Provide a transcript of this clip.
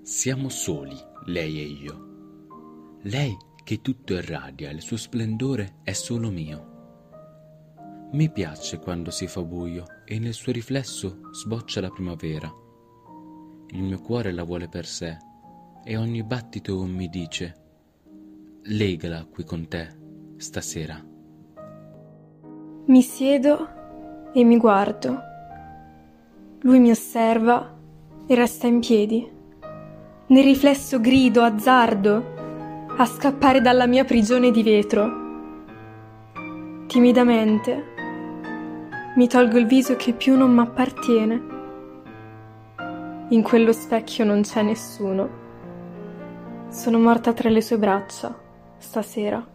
Siamo soli, lei e io. Lei che tutto irradia, il suo splendore è solo mio. Mi piace quando si fa buio e nel suo riflesso sboccia la primavera. Il mio cuore la vuole per sé e ogni battito mi dice: legala qui con te stasera. Mi siedo e mi guardo. Lui mi osserva e resta in piedi. Nel riflesso grido, azzardo, a scappare dalla mia prigione di vetro. Timidamente mi tolgo il viso che più non m'appartiene. In quello specchio non c'è nessuno. Sono morta tra le sue braccia, stasera.